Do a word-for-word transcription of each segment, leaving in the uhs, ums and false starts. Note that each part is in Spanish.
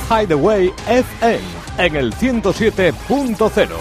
Hideaway F M en el ciento siete punto cero.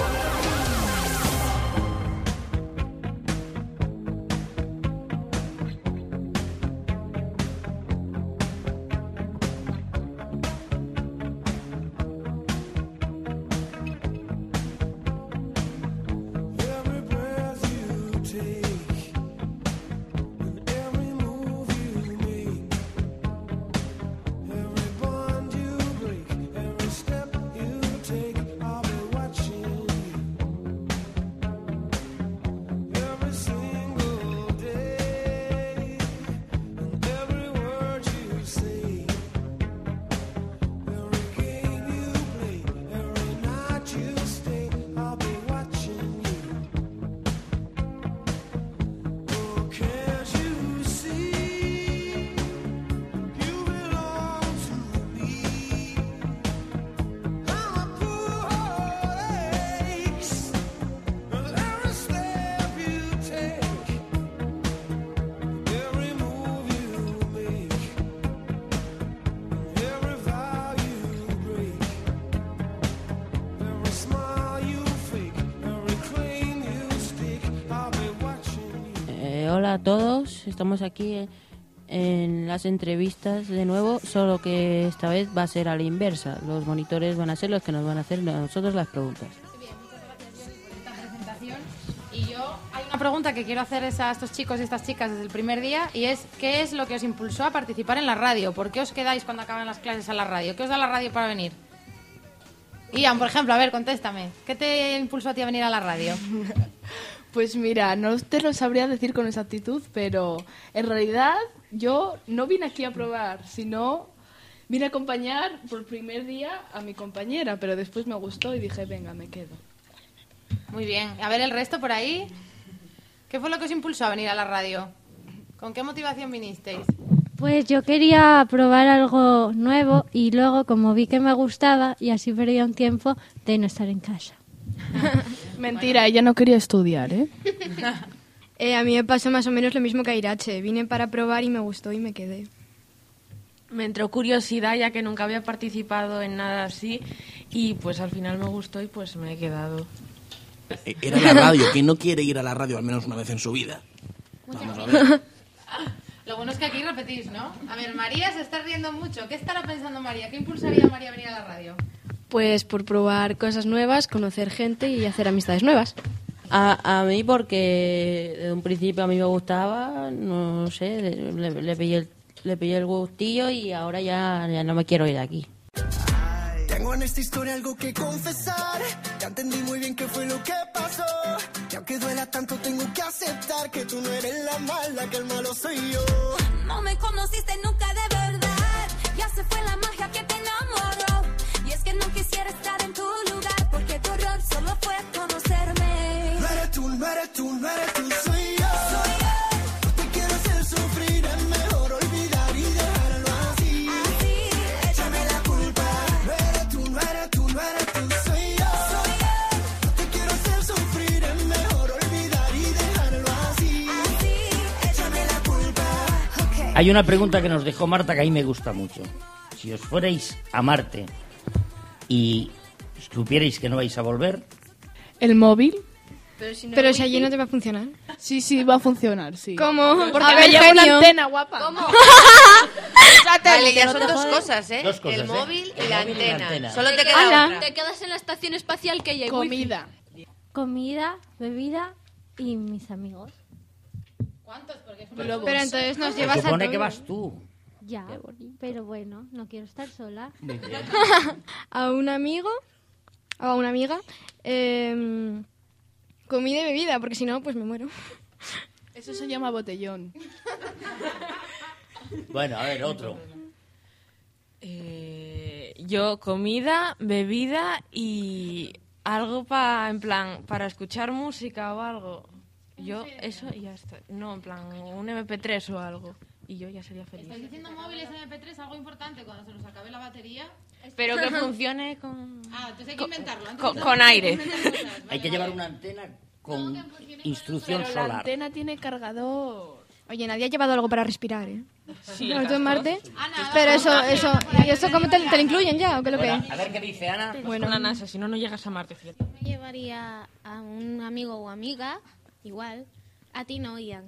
Hola a todos, estamos aquí en las entrevistas de nuevo, solo que esta vez va a ser a la inversa. Los monitores van a ser los que nos van a hacer a nosotros las preguntas. Bien, muchas gracias Yuri, por esta presentación. Y yo, hay una pregunta que quiero hacer a estos chicos y estas chicas desde el primer día, y es, ¿qué es lo que os impulsó a participar en la radio? ¿Por qué os quedáis cuando acaban las clases a la radio? ¿Qué os da la radio para venir? Ian, por ejemplo, a ver, contéstame. ¿Qué te impulsó a ti a venir a la radio? Pues mira, no te lo sabría decir con exactitud, pero en realidad yo no vine aquí a probar, sino vine a acompañar por primer día a mi compañera, pero después me gustó y dije, venga, me quedo. Muy bien. A ver, el resto por ahí. ¿Qué fue lo que os impulsó a venir a la radio? ¿Con qué motivación vinisteis? Pues yo quería probar algo nuevo y luego, como vi que me gustaba, y así perdía un tiempo de no estar en casa. Mentira, bueno. Ella no quería estudiar, ¿eh? eh, A mí me pasó más o menos lo mismo que a Irache. Vine para probar y me gustó y me quedé. Me entró curiosidad ya que nunca había participado en nada así y pues al final me gustó y pues me he quedado. Era la radio. ¿Quién no quiere ir a la radio al menos una vez en su vida? Vamos a ver. Lo bueno es que aquí repetís, ¿no? A ver, María se está riendo mucho. ¿Qué estará pensando María? ¿Qué impulsaría a María a venir a la radio? Pues por probar cosas nuevas, conocer gente y hacer amistades nuevas. A, a mí porque desde un principio a mí me gustaba, no sé, le, le, pillé, el, le pillé el gustillo y ahora ya, ya no me quiero ir de aquí. Tengo en esta historia algo que confesar. Ya entendí muy bien qué fue lo que pasó. Y aunque duela tanto tengo que aceptar que tú no eres la mala, que el malo soy yo. No me conociste nunca de verdad. Ya se fue la magia que te enamoró. Y es que no quisiera estar en tu lugar, porque tu error solo fue conocerme. No eres tú, no eres tú, no eres tú, soy yo. Soy yo. No te quiero hacer sufrir, es mejor olvidar y dejarlo así. Así, échame la culpa. No eres tú, no eres tú, no eres tú, soy yo. Soy yo. No te quiero hacer sufrir, es mejor olvidar y dejarlo así. Así, échame la culpa. Okay. Hay una pregunta que nos dejó Marta que a mí me gusta mucho. Si os fuerais a Marte y supierais que no vais a volver... ¿El móvil? Pero si, no Pero si allí no te va a funcionar. Sí, sí, va a funcionar, sí. ¿Cómo? Porque a me lleva una antena, guapa. ¿Cómo? Vale, ya son dos cosas, ¿eh? Dos cosas, el móvil, ¿eh? y, la el móvil y la antena. Solo te, te queda queda otra. Te quedas en la estación espacial que hay comida. Wifi. Comida, bebida y mis amigos. ¿Cuántos? Porque es un Pero, pero entonces nos llevas a Se supone todos. que vas tú. Ya, pero bueno, no quiero estar sola. A un amigo, o a una amiga, eh, comida y bebida, porque si no, pues me muero. Eso se llama botellón. Bueno, a ver, otro. Eh, yo comida, bebida y algo para, en plan, para escuchar música o algo. Yo eso y ya está. No, en plan, un eme pe tres o algo. Y yo ya sería feliz. ¿Estáis diciendo móviles eme pe tres? Algo importante, cuando se nos acabe la batería. Pero que funcione con... Ah, entonces hay que inventarlo. Antes Con, de con aire. Hay que llevar una antena con instrucción Pero solar. la antena tiene cargador. Oye, nadie ha llevado algo para respirar, ¿eh? Sí, Bueno, el tú en casco. Marte. Ah, nada. Pero eso, eso, ¿y eso cómo te, te lo incluyen ya o qué es lo que Bueno, es? a ver qué dice Ana. Bueno, Bueno. una NASA, si no, no llegas a Marte, fíjate. Me llevaría a un amigo o amiga, igual. A ti no, Ian.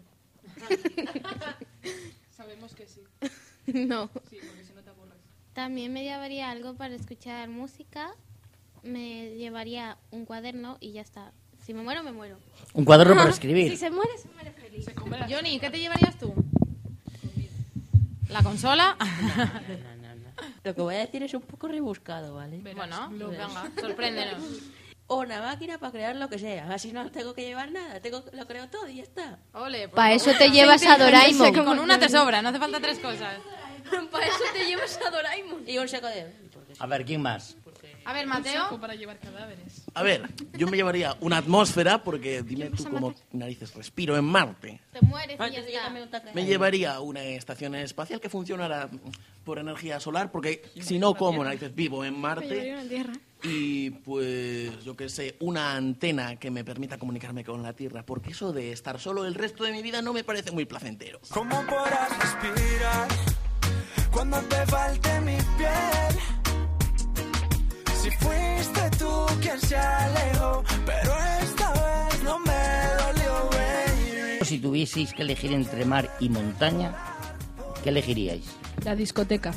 Sabemos que sí. No. Sí, porque si no te aburres. También me llevaría algo para escuchar música. Me llevaría un cuaderno y ya está. Si me muero, me muero. Un cuaderno para escribir. Si se muere, se muere feliz. Johnny, ¿qué te llevarías tú? ¿La consola? Lo que voy a decir es un poco rebuscado, ¿vale? Bueno, venga, sorpréndenos. O una máquina para crear lo que sea. Así no tengo que llevar nada. Tengo, lo creo todo y ya está. Ole, Pa' eso te llevas a Doraemon. Con una te sobra, no hace falta tres cosas. Para eso te llevas a Doraemon. Y un seco de... A ver, ¿quién más? A ver, Mateo. Para llevar cadáveres. A ver, yo me llevaría una atmósfera, porque dime tú cómo narices respiro en Marte. Te mueres y ya está. Me llevaría una estación espacial que funcionara por energía solar, porque si no, como narices vivo en Me llevaría Marte. una tierra. Y pues, yo qué sé, una antena que me permita comunicarme con la Tierra, porque eso de estar solo el resto de mi vida no me parece muy placentero. ¿Cómo podrás respirar cuando te falte mi piel? Si fuiste tú quien se alejó, pero esta vez no me dolió, baby. Si tuvieseis que elegir entre mar y montaña, ¿qué elegiríais? La discoteca.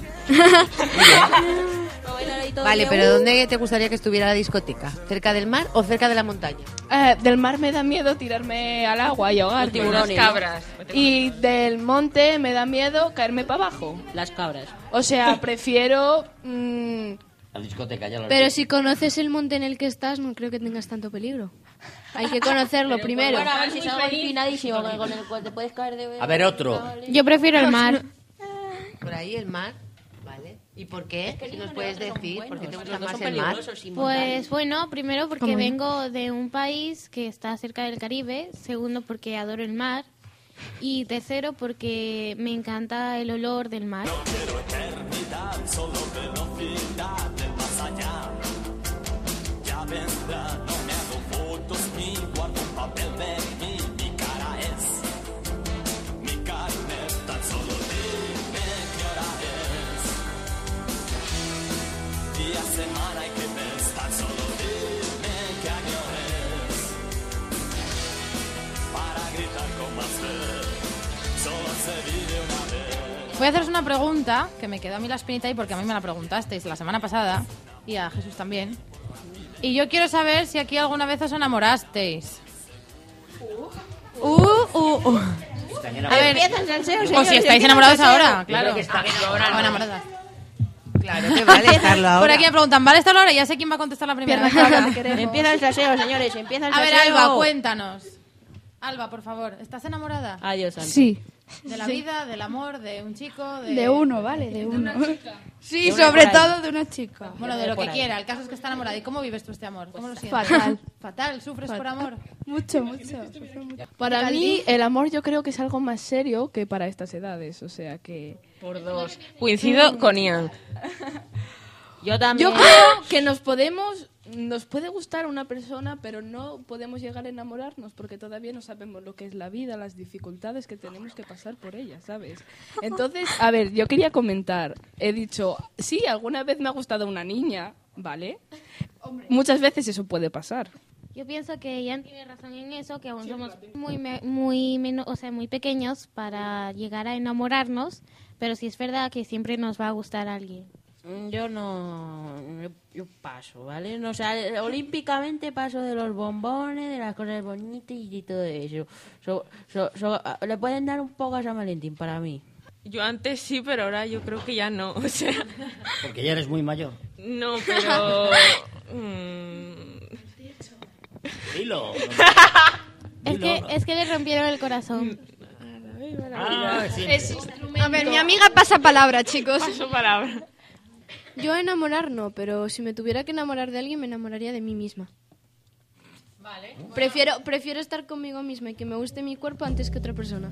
Vale, pero ¿dónde te gustaría que estuviera la discoteca? ¿Cerca del mar o cerca de la montaña? Eh, del mar me da miedo tirarme al agua y ahogarme. Tiburones, cabras. Y del monte me da miedo caerme para abajo. Las cabras. O sea, prefiero... mm, La discoteca, ya lo he Pero dicho. si conoces el monte en el que estás, no creo que tengas tanto peligro. Hay que conocerlo primero. Bueno, a ver si salgo empinadísimo con el cual te puedes caer de... A ver, otro. Yo prefiero el mar. Por ahí el mar, ¿vale? ¿Y por qué? Si nos puedes decir, ¿por qué te gusta Los dos más son el mar? peligrosos y Pues bueno, primero porque ¿Cómo? vengo de un país que está cerca del Caribe. Segundo porque adoro el mar. Y tercero porque me encanta el olor del mar. Voy a haceros una pregunta que me quedó a mí la espinita ahí porque a mí me la preguntasteis la semana pasada y a Jesús también. Y yo quiero saber si aquí alguna vez os enamorasteis. Uh, uh, uh. A ver, Empieza el salseo, o señores, si estáis empieza el enamorados salseo. ahora, Yo claro. creo que está bien ahora. O enamoradas. Claro que vale estarlo ahora. Por aquí me preguntan, ¿vale estarlo ahora? Ya sé quién va a contestar la primera. Empieza el salseo, señores, empieza el A ver, salseo. Alba, cuéntanos. Alba, por favor, ¿estás enamorada? Adiós, Santi. sí. ¿De la vida, del amor, de un chico? De, De uno, ¿vale? De uno. Sí, De una sobre por ahí. todo de una chica. Bueno, de lo Por que ahí. quiera. El caso es que está enamorada. ¿Y cómo vives tú este amor? ¿Cómo lo sientes? Fatal. Fatal. ¿Sufres por amor? Mucho, mucho. Para mí, el amor yo creo que es algo más serio que para estas edades. O sea que... Por dos. Coincido con Ian. Yo también. Yo creo que nos podemos... Nos puede gustar una persona, pero no podemos llegar a enamorarnos porque todavía no sabemos lo que es la vida, las dificultades que tenemos que pasar por ella, ¿sabes? Entonces, a ver, yo quería comentar. He dicho, sí, alguna vez me ha gustado una niña, ¿vale? Muchas veces eso puede pasar. Yo pienso que Ian tiene razón en eso, que aún somos muy, me- muy, meno- o sea, muy pequeños para llegar a enamorarnos, pero sí es verdad que siempre nos va a gustar alguien. Mm, Yo no... yo- Yo paso, ¿vale? No, o sea, olímpicamente paso de los bombones, de las cosas bonitas y todo eso. So- so- so- le pueden dar un poco a San Valentín para mí. Yo antes sí, pero ahora yo creo que ya no. O sea, Porque ya eres muy mayor. no, pero... mm, Dilo. Es que, es que le rompieron el corazón. Ah, sí. A ver, mi amiga pasa palabra, chicos. Paso palabra. Yo enamorar no, pero si me tuviera que enamorar de alguien, me enamoraría de mí misma. Vale. Prefiero, prefiero estar conmigo misma y que me guste mi cuerpo antes que otra persona.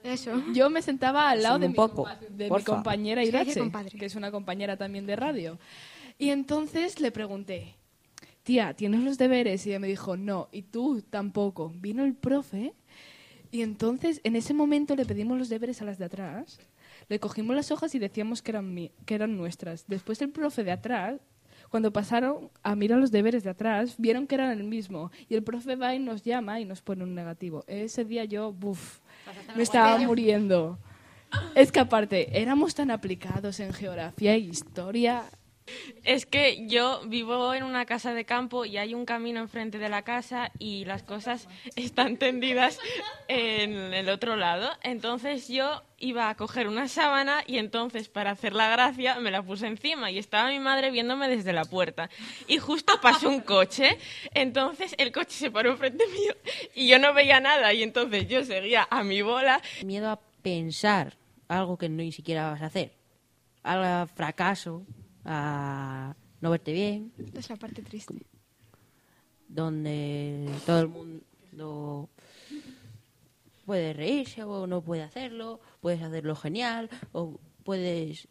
Eso. Yo me sentaba al lado Sí, de, un mi, poco, compa- de mi porfa. compañera Es que hay que Irache, compadre. que es una compañera también de radio. Y entonces le pregunté, tía, ¿tienes los deberes? Y ella me dijo, no, y tú tampoco. Vino el profe y entonces en ese momento le pedimos los deberes a las de atrás, le cogimos las hojas y decíamos que eran, mi- que eran nuestras. Después el profe de atrás, cuando pasaron a mirar los deberes de atrás, vieron que eran el mismo. Y el profe va y nos llama y nos pone un negativo. Ese día yo, buf, me estaba muriendo. Es que aparte, éramos tan aplicados en geografía e historia. Es que yo vivo en una casa de campo y hay un camino enfrente de la casa y las cosas están tendidas en el otro lado. Entonces yo iba a coger una sábana y entonces para hacer la gracia me la puse encima y estaba mi madre viéndome desde la puerta. Y justo pasó un coche, entonces el coche se paró enfrente mío y yo no veía nada y entonces yo seguía a mi bola. Miedo a pensar algo que ni siquiera vas a hacer. Al fracaso, a no verte bien, Es la parte triste. donde todo el mundo puede reírse o no puede hacerlo, puedes hacerlo genial o puedes...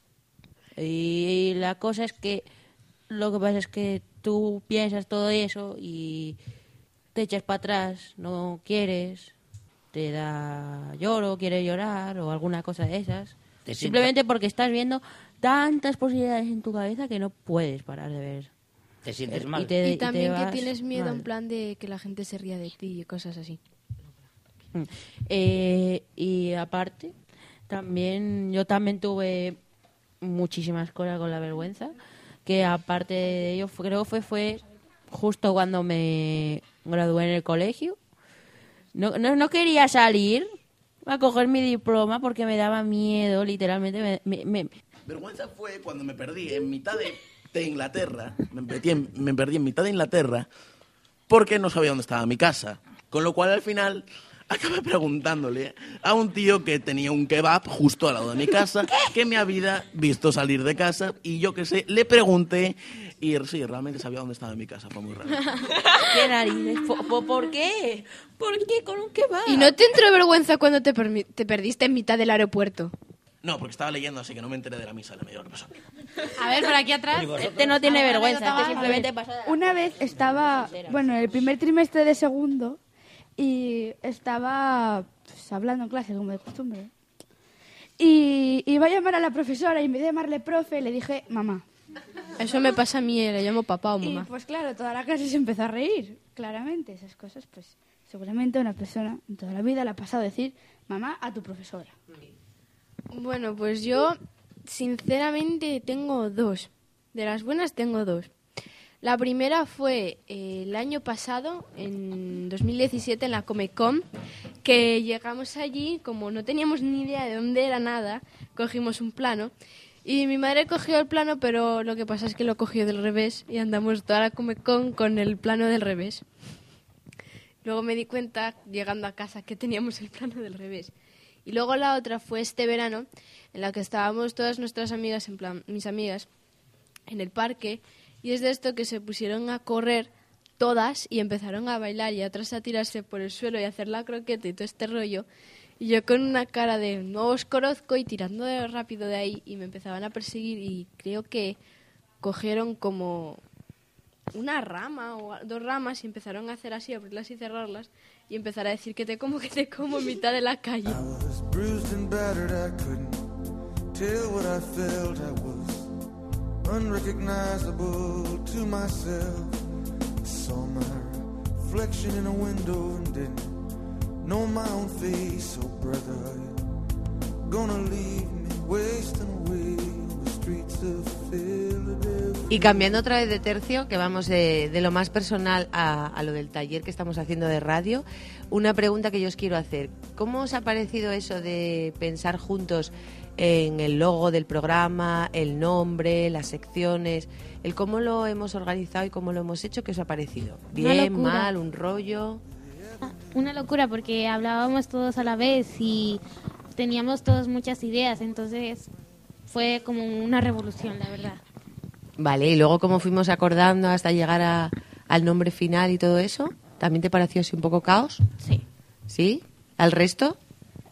Y la cosa es que lo que pasa es que tú piensas todo eso y te echas para atrás, no quieres, te da lloro, quieres llorar o alguna cosa de esas. Te Simplemente sienta- porque estás viendo tantas posibilidades en tu cabeza que no puedes parar de ver. Te sientes Eh, mal. y te- Y y te también que vas tienes miedo mal. en plan de que la gente se ría de ti y cosas así. Mm. Eh, y aparte, también yo también tuve muchísimas cosas con la vergüenza, que aparte de ello, fue- creo que fue, fue justo cuando me gradué en el colegio. No, no, no quería salir a coger mi diploma porque me daba miedo, literalmente. Me, me- me- Vergüenza fue cuando me perdí en mitad de, de Inglaterra. Me perdí, en, me perdí en mitad de Inglaterra porque no sabía dónde estaba mi casa. Con lo cual, al final, acabé preguntándole a un tío que tenía un kebab justo al lado de mi casa, que me había visto salir de casa y yo qué sé, le pregunté y sí, realmente sabía dónde estaba mi casa. Fue muy raro. ¿Qué narices? ¿Por, por- por qué? ¿Por qué con un kebab? ¿Y no te entró vergüenza cuando te, permi- te perdiste en mitad del aeropuerto? No, porque estaba leyendo, así que no me enteré de la misa de la media hora pasó. A ver, por aquí atrás. Este no tiene ¿Alguna vergüenza, anécdota este más? simplemente pasa de la- Una vez estaba, bueno, en el primer trimestre de segundo y estaba pues, hablando en clase como de costumbre. Y iba a llamar a la profesora y en vez de llamarle profe le dije mamá. Eso me pasa a mí, le llamo papá o Y mamá. pues claro, toda la clase se empezó a reír, claramente. Esas cosas, pues seguramente una persona en toda la vida le ha pasado decir mamá a tu profesora. Bueno, pues yo sinceramente tengo dos. De las buenas tengo dos. La primera fue eh, el año pasado, en dos mil diecisiete, en la Comic Con, que llegamos allí, como no teníamos ni idea de dónde era nada, cogimos un plano. Y mi madre cogió el plano, pero lo que pasa es que lo cogió del revés y andamos toda la Comic Con con el plano del revés. Luego me di cuenta, llegando a casa, que teníamos el plano del revés. Y luego la otra fue este verano, en la que estábamos todas nuestras amigas, en plan, mis amigas, en el parque, y es de esto que se pusieron a correr todas y empezaron a bailar y otras a tirarse por el suelo y a hacer la croqueta y todo este rollo. Y yo con una cara de no os conozco y tirando de rápido de ahí y me empezaban a perseguir y creo que cogieron como una rama o dos ramas y empezaron a hacer así, abrirlas y cerrarlas y empezar a decir que te como, que te como en mitad de la calle. Bruised and battered, I couldn't tell what I felt. I was unrecognizable to myself. I saw my reflection in a window and didn't know my own face. Oh, brother, are you gonna leave me wasting away on the streets of Philadelphia? Y cambiando otra vez de tercio, que vamos de, de lo más personal a, a lo del taller que estamos haciendo de radio, una pregunta que yo os quiero hacer. ¿Cómo os ha parecido eso de pensar juntos en el logo del programa, el nombre, las secciones, el cómo lo hemos organizado y cómo lo hemos hecho? ¿Qué os ha parecido? Una ¿Bien, locura. mal, un rollo? Una locura porque hablábamos todos a la vez y teníamos todos muchas ideas, entonces fue como una revolución, la verdad. Vale, y luego cómo fuimos acordando hasta llegar a, al nombre final y todo eso, ¿también te pareció así un poco caos? Sí. ¿Sí? ¿Al resto?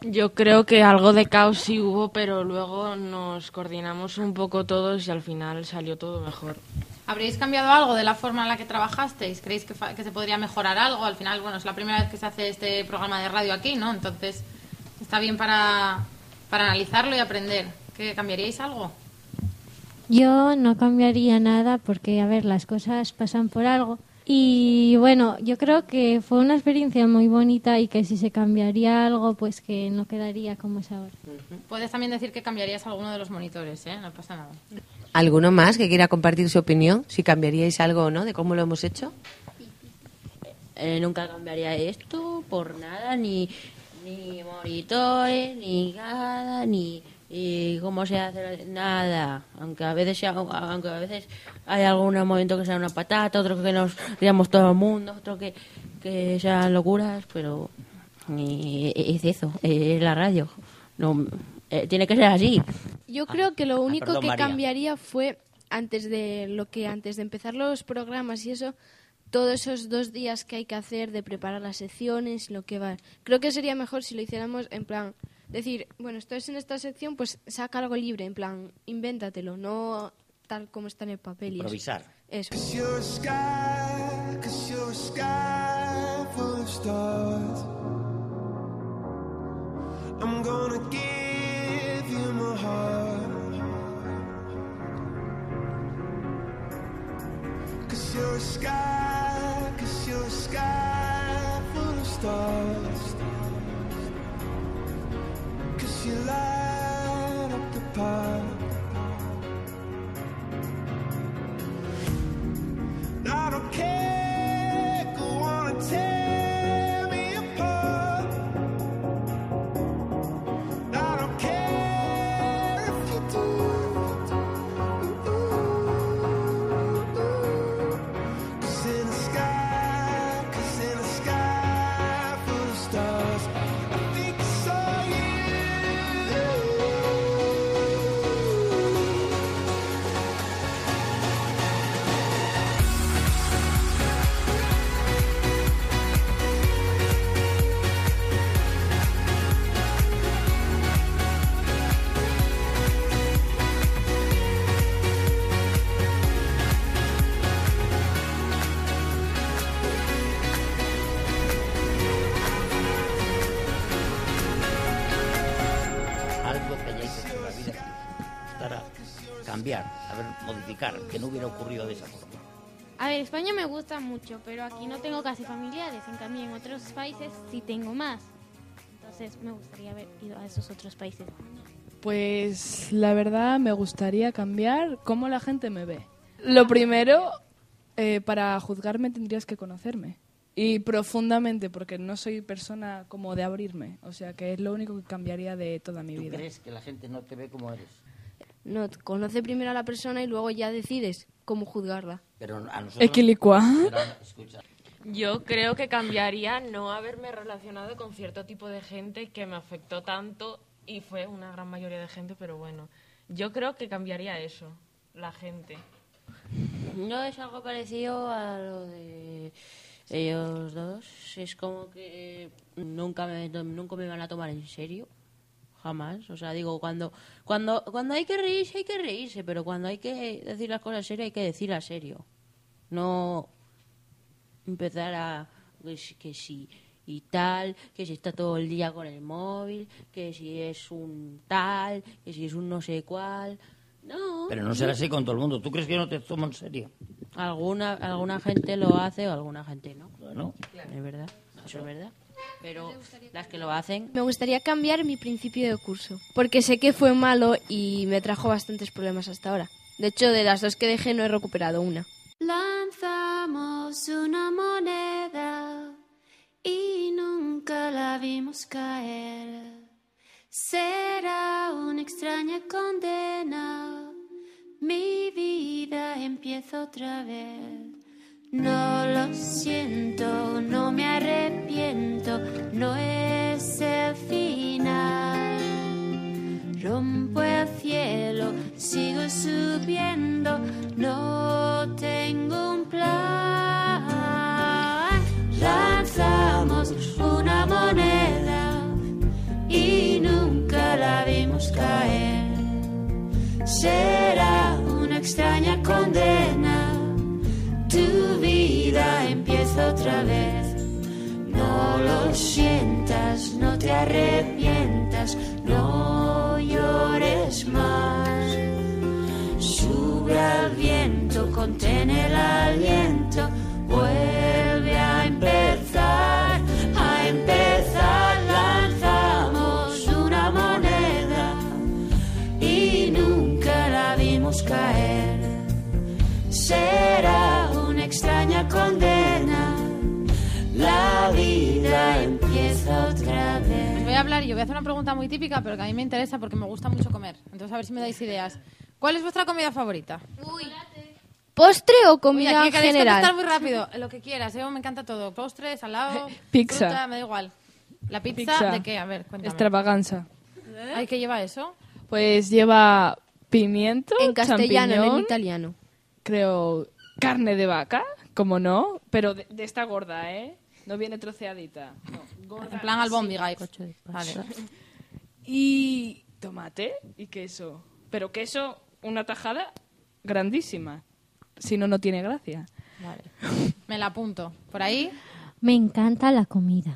Yo creo que algo de caos sí hubo, pero luego nos coordinamos un poco todos y al final salió todo mejor. ¿Habríais cambiado algo de la forma en la que trabajasteis? ¿Creéis que, fa- que se podría mejorar algo? Al final, bueno, es la primera vez que se hace este programa de radio aquí, ¿no? Entonces, está bien para, para analizarlo y aprender. ¿Qué, ¿Cambiaríais algo? Yo no cambiaría nada porque, a ver, las cosas pasan por algo. Y bueno, yo creo que fue una experiencia muy bonita y que si se cambiaría algo, pues que no quedaría como es ahora. Puedes también decir que cambiarías alguno de los monitores, ¿eh? No pasa nada. ¿Alguno más que quiera compartir su opinión? Si cambiaríais algo o no de cómo lo hemos hecho. Eh, nunca cambiaría esto por nada, ni, ni monitores, ni nada, ni y cómo se hace nada. Aunque a veces sea, aunque a veces hay algún momento que sea una patata, otro que nos riamos todo el mundo, otro que, que sean locuras, pero y, es eso, es la radio. No, eh, tiene que ser así. Yo creo que lo único perdón, que María. cambiaría fue antes de lo que antes de empezar los programas y eso, todos esos dos días que hay que hacer de preparar las secciones, lo que va. Creo que sería mejor si lo hiciéramos en plan decir, bueno, esto es en esta sección, pues saca algo libre, en plan, invéntatelo, no tal como está en el papel. Y eso. Improvisar. Eso. Cause you're a sky, cause you're a sky full of stars. I'm gonna give you my heart. Cause you're a sky, cause you're a sky full of stars. Cause you light up the path. I don't care, go on and tear me apart. I don't care if you do. Cause in the sky, cause in the sky full of stars, I think I saw you. Algo que hayáis hecho en la vida que os gustara cambiar, a ver, modificar, que no hubiera ocurrido de esa forma. A ver, España me gusta mucho, pero aquí no tengo casi familiares. En cambio, en otros países sí tengo más. Entonces, me gustaría haber ido a esos otros países. Pues la verdad me gustaría cambiar cómo la gente me ve. Lo primero, eh, para juzgarme tendrías que conocerme. Y profundamente, porque no soy persona como de abrirme. O sea que es lo único que cambiaría de toda mi ¿Tú vida. crees que la gente no te ve como eres? No, conoce primero a la persona y luego ya decides cómo juzgarla. Pero a nosotros... Equilicua. Pero, escucha, Yo creo que cambiaría no haberme relacionado con cierto tipo de gente que me afectó tanto y fue una gran mayoría de gente, pero bueno, yo creo que cambiaría eso, la gente. No es algo parecido a lo de ellos dos. Es como que nunca me, nunca me van a tomar en serio. Jamás. O sea, digo, cuando, cuando, cuando hay que reírse, hay que reírse. Pero cuando hay que decir las cosas serias, hay que decirlas serio. No empezar a... Que si, que si y tal, que si está todo el día con el móvil, que si es un tal, que si es un no sé cuál... No. pero no será así con todo el mundo. ¿Tú crees que yo no te tomo en serio? Alguna, alguna gente lo hace o alguna gente no. Bueno. Es verdad, eso es verdad. Pero las que lo hacen... Me gustaría cambiar mi principio de curso, porque sé que fue malo y me trajo bastantes problemas hasta ahora. De hecho, de las dos que dejé no he recuperado una. Lanzamos una moneda y nunca la vimos caer. Será una extraña condena. Mi vida empieza otra vez. No lo siento, no me arrepiento, no es el final. Rompo el cielo, sigo subiendo, no tengo un plan. Lanzamos una moneda y otra vez. No lo sientas, no te arrepientas, no llores más. Sube al viento, contén el aliento, vuelve a empezar, a empezar. Lanzamos una moneda y nunca la vimos caer. Será una extraña condena, la vida empieza otra vez. Os voy a hablar y yo voy a hacer una pregunta muy típica, pero que a mí me interesa porque me gusta mucho comer. Entonces, a ver si me dais ideas. ¿Cuál es vuestra comida favorita? Uy. ¿Postre o comida Uy, aquí queréis general? contestar muy rápido. Lo que quieras, ¿eh? Me encanta todo. Postre, salado, Pizza. fruta, me da igual. ¿La pizza, Pizza. de qué? A ver, cuéntame. Extravaganza. Ay, ¿qué lleva eso? Pues lleva pimiento, En castellano, no en champiñón, italiano. creo carne de vaca, como no, pero de, de esta gorda, ¿eh? No viene troceadita. No, gorda, En plan albóndiga. sí. y- Vale. Y tomate y queso. Pero queso, una tajada grandísima. Si no, no tiene gracia. Vale. Me la apunto. ¿Por ahí? Me encanta la comida.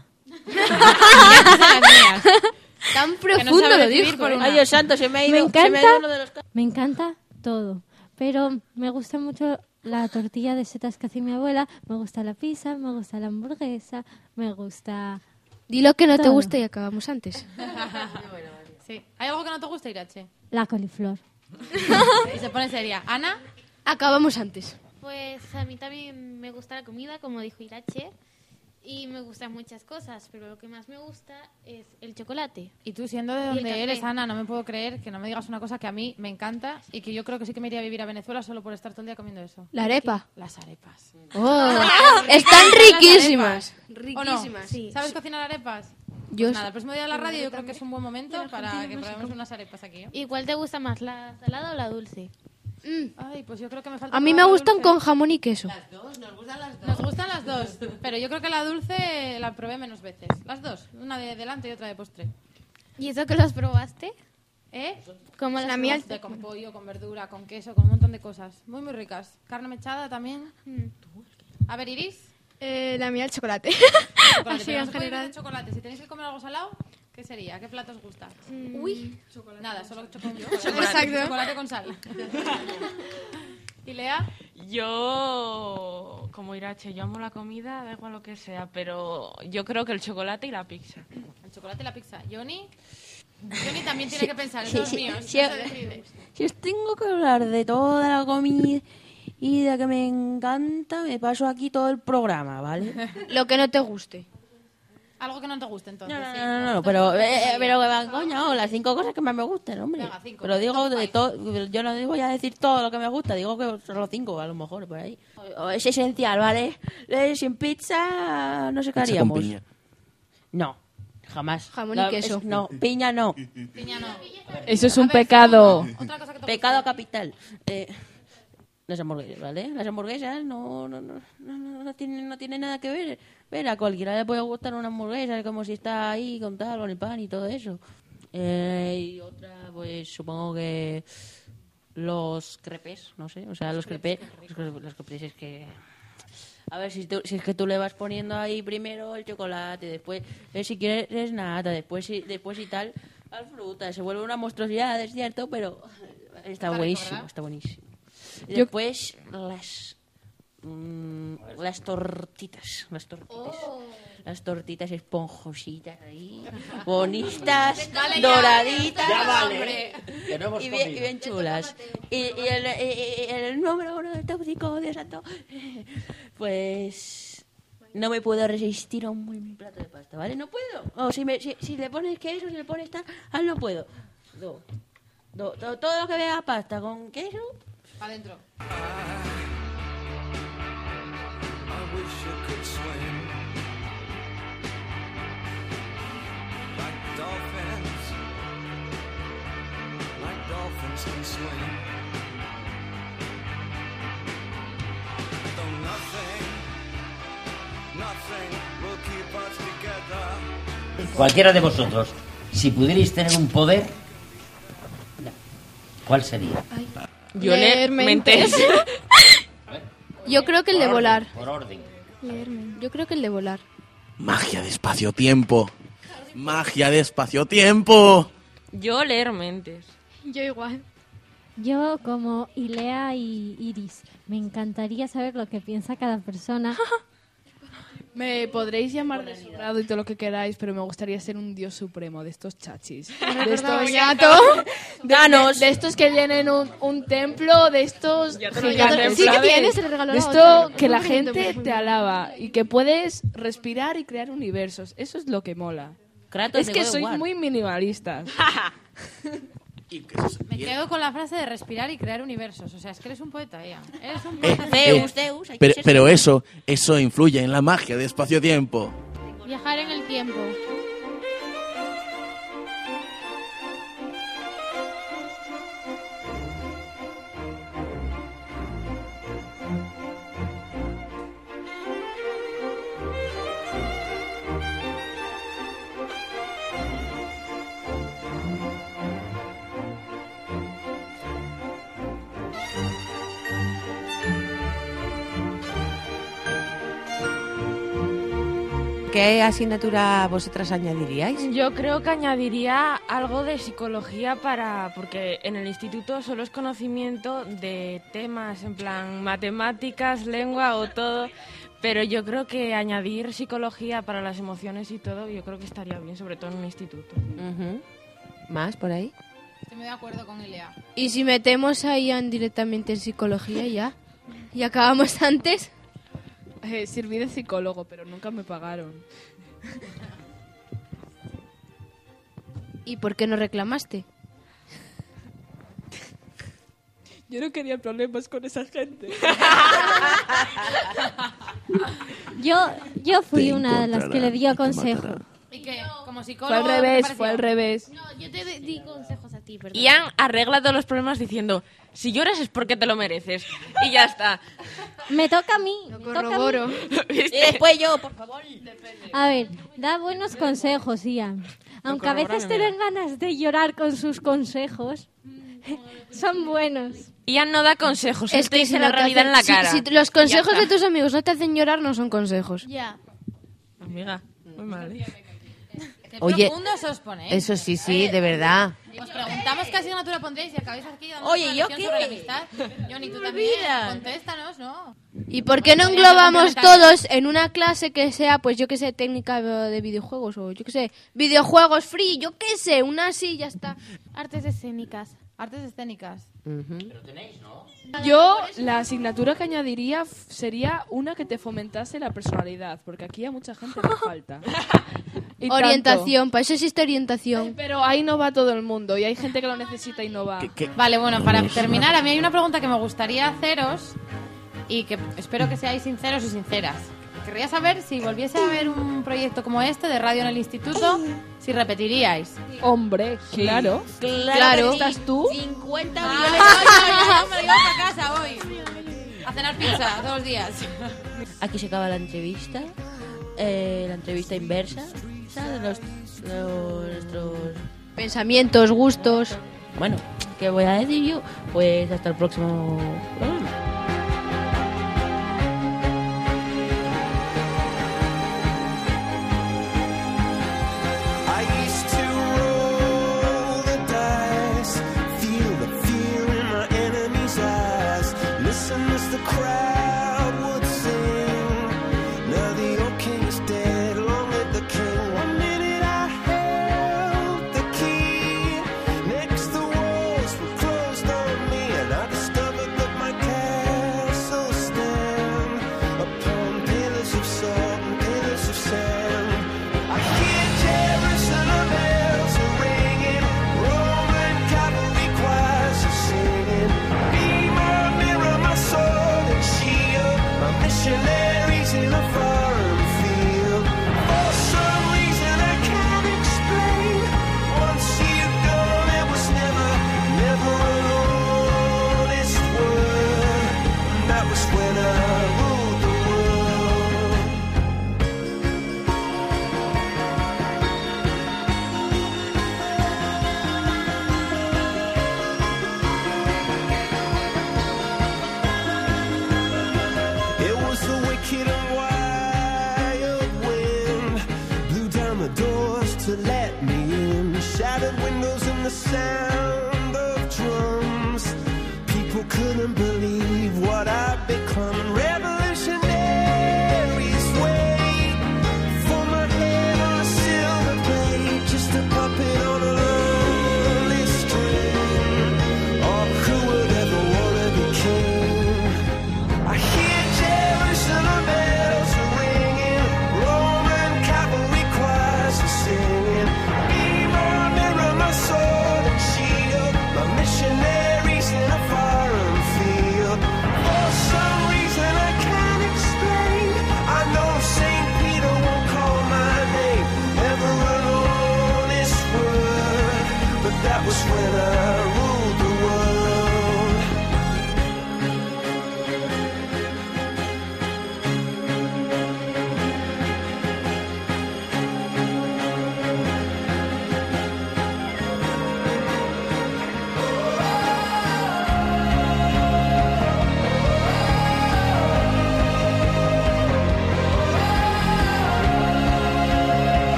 Tan no profundo sabe lo decidir dijo. por una. Ay, Dios santo, se me ha ido, Me se encanta, me ha ido uno de los... ca- me encanta todo. Pero me gusta mucho la tortilla de setas que hace mi abuela. Me gusta la pizza, me gusta la hamburguesa, me gusta... Dilo que no te todo. gusta y acabamos antes. Sí. ¿Hay algo que no te guste, Irache? La coliflor. Y se pone seria. ¿Ana? Acabamos antes. Pues a mí también me gusta la comida, como dijo Irache, y me gustan muchas cosas, pero lo que más me gusta es el chocolate. Y tú, siendo de Y el donde café. eres, Ana, no me puedo creer que no me digas una cosa que a mí me encanta y que yo creo que sí que me iría a vivir a Venezuela solo por estar todo el día comiendo eso. La arepa. Las arepas. Oh, están riquísimas. ¿O no? Riquísimas. Sí. ¿Sabes cocinar arepas? Yo Pues nada, el próximo día de la radio yo creo que es un buen momento Yo para Argentina que no sé probemos cómo. unas arepas aquí. ¿eh? ¿Y cuál te gusta más, la salada o la dulce? Ay, pues yo creo que me falta A mí me probar la gustan dulce. con jamón y queso. Nos gustan las dos, pero yo creo que la dulce la probé menos veces. Las dos, una de delante y otra de postre. ¿Y eso que los probaste? ¿Eh? Como La las mía mías. con pollo, con verdura, con queso, con un montón de cosas. Muy, muy ricas. Carne mechada también. A ver, Iris. Eh, la mía el chocolate. Chocolate, Así pero no en se puede vivir general. de chocolate. Si tenéis que comer algo salado, ¿qué sería? ¿Qué plato os gusta? Uy. Nada, solo chocolate. Exacto. Chocolate con sal. ¿Y Lea? Yo, como Irache, yo amo la comida, da igual lo que sea, pero yo creo que el chocolate y la pizza. El chocolate y la pizza. ¿Johnny? Johnny también tiene que pensar en sí, los sí, míos. sí. no se decide. Si os tengo que hablar de toda la comida y de que me encanta, me paso aquí todo el programa, ¿vale? Lo que no te guste. Algo que no te guste, entonces. No, no, sí. no, no, no, pero, eh, pero que van, coño, las cinco cosas que más me gustan, hombre. Venga, cinco. Pero digo, Top de five. todo, yo no voy a decir todo lo que me gusta, digo que solo cinco, a lo mejor, por ahí. O- o es esencial, ¿vale? Eh, Sin pizza no sé qué Pizza con haríamos. piña. No, jamás. Jamón y La- queso. es- no, piña no. Piña no. Eso es un A ver, pecado. segundo, otra cosa que te Pecado guste. capital. Eh, las hamburguesas, ¿vale? Las hamburguesas no, no, no, no, no, no tienen no tiene nada que ver. Ver, a cualquiera le puede gustar una hamburguesa, como si está ahí con tal, con el pan y todo eso. Eh, y otra, pues supongo que los crepes, no sé, o sea, los crepes, los, cre- los crepes es que... A ver, si, tú- si es que tú le vas poniendo ahí primero el chocolate, después, eh, si quieres nata, después, si- después y tal, las frutas. Se vuelve una monstruosidad, es cierto, pero está, Está rico, buenísimo, ¿verdad? está buenísimo. Y Yo- después las mm, las tortitas, las tortitas. Las tortitas esponjositas ahí, bonitas, Vale, ya. doraditas. Ya vale, hombre. que no hemos Y bien, y comido. bien chulas. Y, y el, y- y el número uno del top cinco, Dios santo, pues no me puedo resistir a un buen plato de pasta, ¿vale? No puedo. O si, me, si, si le pones queso, si le pones tal, ah, no puedo. No. No, to- todo lo que vea pasta con queso, Para adentro. I wish I could swim like dolphins, like dolphins can swim. Though nothing, nothing will keep us together. Cualquiera de vosotros, si pudierais tener un poder, ¿cuál sería? Yo leer mentes. Yo creo que el de Por volar. orden, por orden. Leerme. Yo creo que el de volar. Magia de espacio-tiempo. Magia de espacio-tiempo. Yo leer mentes. Yo igual. Yo, como Ilea y Iris, me encantaría saber lo que piensa cada persona. Me podréis llamar de sobrado y todo lo que queráis, pero me gustaría ser un dios supremo de estos chachis. De estos gato. de, de, de estos que llenen un, un templo, de estos gigantes, Sí que ¿sabes? tienes, le regaló de la esto otra. que la Muy bonito, gente muy te bonito. alaba y que puedes respirar y crear universos. Eso es lo que mola. Kratos Es de que God of sois War. muy minimalistas. Me quedo con la frase de respirar y crear universos. O sea, es que eres un poeta, Ian. Eres un Eh, poeta. eh, pero, pero eso, eso influye en la magia de espacio-tiempo. Viajar en el tiempo. ¿Qué asignatura vosotras añadiríais? Yo creo que añadiría algo de psicología para... Porque en el instituto solo es conocimiento de temas en plan matemáticas, lengua o todo. Pero yo creo que añadir psicología para las emociones y todo, yo creo que estaría bien, sobre todo en un instituto. Ujú. ¿Más por ahí? Estoy muy de acuerdo con Ilea. Y si metemos a Ian directamente en psicología ya. Y acabamos antes. Eh, serví de psicólogo, pero nunca me pagaron. ¿Y por qué no reclamaste? Yo no quería problemas con esa gente. Yo, yo fui Te una de las que le dio consejo. ¿Y qué? Como Fue psicólogo. al revés, ¿te fue al pareció? revés. No, yo te di consejos a ti, perdón. Ian arregla todos los problemas diciendo, si lloras es porque te lo mereces. Y ya está. Me toca a mí. me toca a mí. Corroboro. Y después yo, por favor. A ver, da buenos consejos, Ian. Aunque a veces te den ganas de llorar con sus consejos, son buenos. Ian no da consejos, él Es te que dice si la no te realidad hacen- en la si- cara. Si, los consejos Ya de está. tus amigos no te hacen llorar, no son consejos. Ya. Amiga, muy mal. ¿eh? Qué Oye, profundos os ponéis. eso sí, sí, Oye, de verdad. Os preguntamos qué asignatura pondréis y acabáis aquí dando Oye, una ¿yo lección qué? sobre la amistad. Johnny, tú también. Contéstanos, ¿no? ¿Y por qué no Podríamos englobamos complementar. todos en una clase que sea, pues yo qué sé, técnica de videojuegos o yo qué sé, videojuegos free, yo qué sé, una así, ya está. Artes escénicas. Artes escénicas. Yo, la asignatura que añadiría f- sería una que te fomentase la personalidad, porque aquí a mucha gente le falta. Y Orientación, para eso existe tanto. orientación. Pero ahí no va todo el mundo y hay gente que lo necesita y no va. Vale, bueno, para terminar, a mí hay una pregunta que me gustaría haceros y que espero que seáis sinceros y sinceras. Querría saber si volviese a haber un proyecto como este de radio en el instituto, si repetiríais. Hombre, claro. Claro. ¿Estás tú? cincuenta Ah, millones. yo, yo, yo, yo me lo llevo para casa hoy. A cenar pizza todos los días. Aquí se acaba la entrevista. Eh, la entrevista inversa. ¿Sabes? Los, los- nuestros... Pensamientos, gustos. Bueno, ¿qué voy a decir yo? Pues hasta el próximo programa. I used to roll the dice, feel the fear in my enemy's eyes, listen as the crowd would sing. Now the old king is dead, long live the king. One minute I held the key, next the walls were closed on me, and I discovered that my castle stand upon pillars of salt and pillars of sand. I hear Jerusalem bells are ringing, Roman cavalry choirs are singing. Be my mirror, my sword and shield, my missionaries in a foreign field. For some reason I can't explain, once you've gone it was never, never an honest word. And that was when I ruled the world. It was the wicked and wild to let me in. Shattered windows and the sound of drums. People couldn't believe